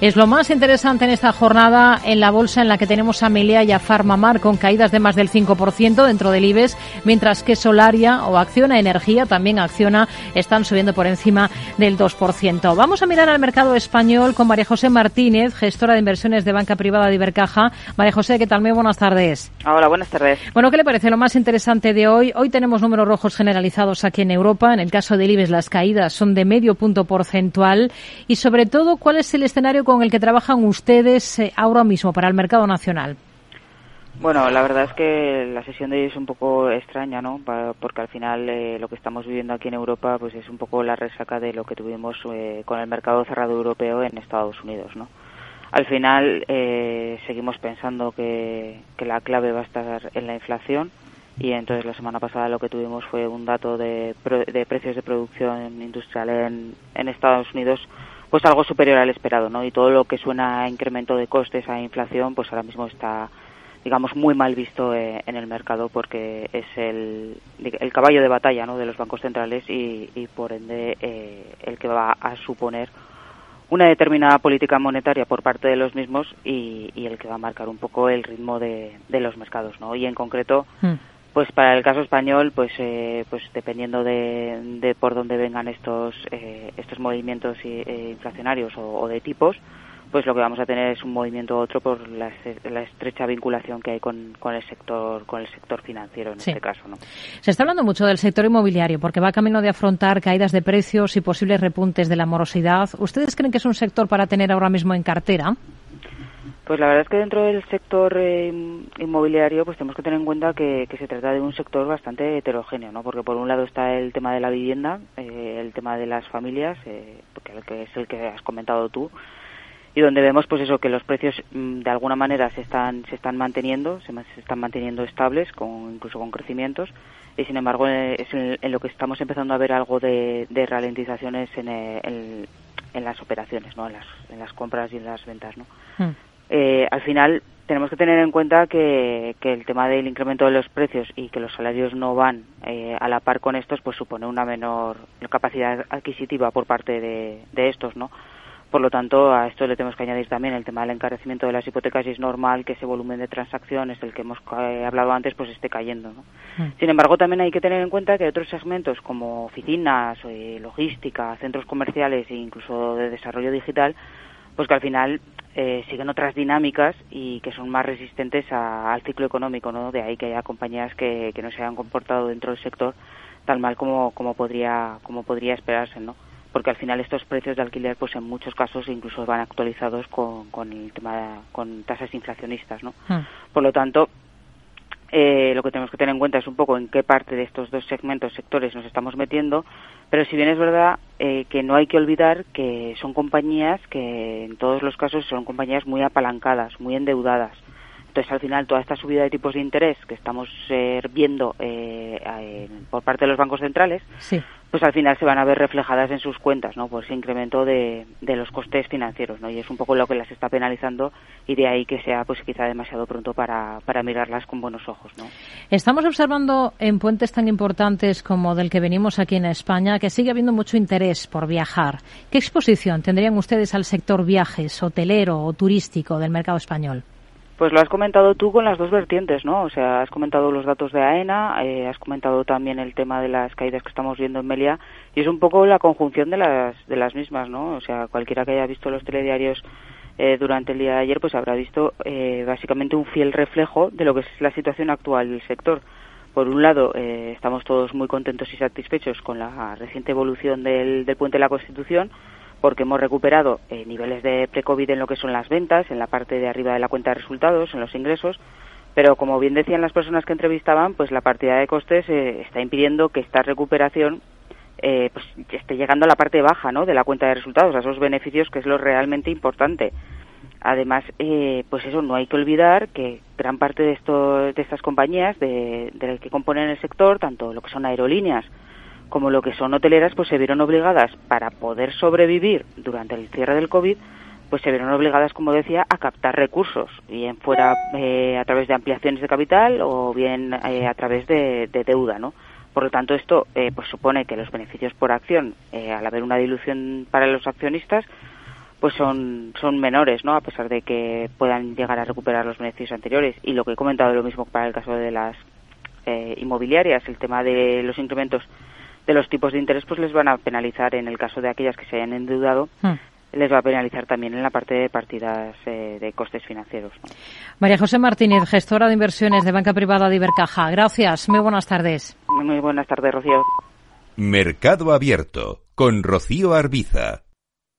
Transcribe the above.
Es lo más interesante en esta jornada en la bolsa, en la que tenemos a Melea y a Farmamar con caídas de más del 5% dentro del IBEX, mientras que Solaria o Acciona Energía, también Acciona, están subiendo por encima del 2%. Vamos a mirar al mercado español con María José Martínez, gestora de inversiones de banca privada de Ibercaja. María José, ¿qué tal? Muy buenas tardes. Hola, buenas tardes. Bueno, ¿qué le parece lo más interesante de hoy? Hoy tenemos números rojos generalizados aquí en Europa. En el caso del IBEX, las caídas son de medio punto porcentual. Y sobre todo, ¿cuál es el escenario con el que trabajan ustedes ahora mismo para el mercado nacional? Bueno, la verdad es que la sesión de hoy es un poco extraña, ¿no? Porque al final lo que estamos viviendo aquí en Europa pues es un poco la resaca de lo que tuvimos con el mercado cerrado europeo en Estados Unidos, ¿no? Al final seguimos pensando que la clave va a estar en la inflación, y entonces la semana pasada lo que tuvimos fue un dato de precios de producción industrial en Estados Unidos pues algo superior al esperado, ¿no? Y todo lo que suena a incremento de costes, a inflación, pues ahora mismo está, digamos, muy mal visto en el mercado, porque es el caballo de batalla, ¿no?, de los bancos centrales y por ende el que va a suponer una determinada política monetaria por parte de los mismos y el que va a marcar un poco el ritmo de los mercados, ¿no? Y en concreto, pues para el caso español, pues dependiendo de por dónde vengan estos movimientos inflacionarios o de tipos, pues lo que vamos a tener es un movimiento u otro por la estrecha vinculación que hay con el sector financiero en este caso, ¿no? Se está hablando mucho del sector inmobiliario porque va camino de afrontar caídas de precios y posibles repuntes de la morosidad. ¿Ustedes creen que es un sector para tener ahora mismo en cartera? Pues la verdad es que dentro del sector inmobiliario pues tenemos que tener en cuenta que se trata de un sector bastante heterogéneo, ¿no? Porque por un lado está el tema de la vivienda, el tema de las familias, que es el que has comentado tú, y donde vemos pues eso, que los precios de alguna manera se están manteniendo estables, incluso con crecimientos, y sin embargo es en lo que estamos empezando a ver algo de ralentizaciones en las operaciones, ¿no? En las compras y en las ventas, ¿no? Al final tenemos que tener en cuenta que el tema del incremento de los precios y que los salarios no van a la par con estos, pues supone una menor capacidad adquisitiva por parte de estos, ¿no? Por lo tanto, a esto le tenemos que añadir también el tema del encarecimiento de las hipotecas, y es normal que ese volumen de transacciones del que hemos hablado antes pues esté cayendo, ¿no? Sin embargo, también hay que tener en cuenta que hay otros segmentos como oficinas, logística, centros comerciales e incluso de desarrollo digital, pues que al final siguen otras dinámicas y que son más resistentes al ciclo económico, ¿no? De ahí que haya compañías que no se hayan comportado dentro del sector tan mal como podría esperarse, ¿no? Porque al final estos precios de alquiler pues en muchos casos incluso van actualizados con el tema con tasas inflacionistas, ¿no? Por lo tanto, lo que tenemos que tener en cuenta es un poco en qué parte de estos dos sectores nos estamos metiendo, pero si bien es verdad que no hay que olvidar que son compañías que en todos los casos son compañías muy apalancadas, muy endeudadas. Entonces, al final, toda esta subida de tipos de interés que estamos viendo por parte de los bancos centrales, pues al final se van a ver reflejadas en sus cuentas, ¿no? Por ese incremento de los costes financieros, ¿no? Y es un poco lo que las está penalizando, y de ahí que sea pues quizá demasiado pronto para mirarlas con buenos ojos, ¿no? Estamos observando en puentes tan importantes como del que venimos aquí en España que sigue habiendo mucho interés por viajar. ¿Qué exposición tendrían ustedes al sector viajes, hotelero o turístico del mercado español? Pues lo has comentado tú con las dos vertientes, ¿no? O sea, has comentado los datos de AENA, has comentado también el tema de las caídas que estamos viendo en Melea, y es un poco la conjunción de las mismas, ¿no? O sea, cualquiera que haya visto los telediarios durante el día de ayer, pues habrá visto básicamente un fiel reflejo de lo que es la situación actual del sector. Por un lado, estamos todos muy contentos y satisfechos con la reciente evolución del Puente de la Constitución, porque hemos recuperado niveles de pre-COVID en lo que son las ventas, en la parte de arriba de la cuenta de resultados, en los ingresos, pero como bien decían las personas que entrevistaban, pues la partida de costes está impidiendo que esta recuperación pues esté llegando a la parte baja, ¿no?, de la cuenta de resultados, a esos beneficios, que es lo realmente importante. Además, pues eso, no hay que olvidar que gran parte de estas compañías de que componen el sector, tanto lo que son aerolíneas como lo que son hoteleras, pues se vieron obligadas, para poder sobrevivir durante el cierre del COVID, pues se vieron obligadas, como decía, a captar recursos, bien fuera a través de ampliaciones de capital o bien a través de deuda, ¿no? Por lo tanto, esto pues supone que los beneficios por acción, al haber una dilución para los accionistas, pues son menores, ¿no? A pesar de que puedan llegar a recuperar los beneficios anteriores. Y lo que he comentado, lo mismo para el caso de las inmobiliarias, el tema de los incrementos de los tipos de interés, pues les van a penalizar en el caso de aquellas que se hayan endeudado. Les va a penalizar también en la parte de partidas de costes financieros, ¿no? María José Martínez, gestora de inversiones de banca privada de Ibercaja. Gracias. Muy buenas tardes. Muy buenas tardes, Rocío. Mercado Abierto con Rocío Arbiza.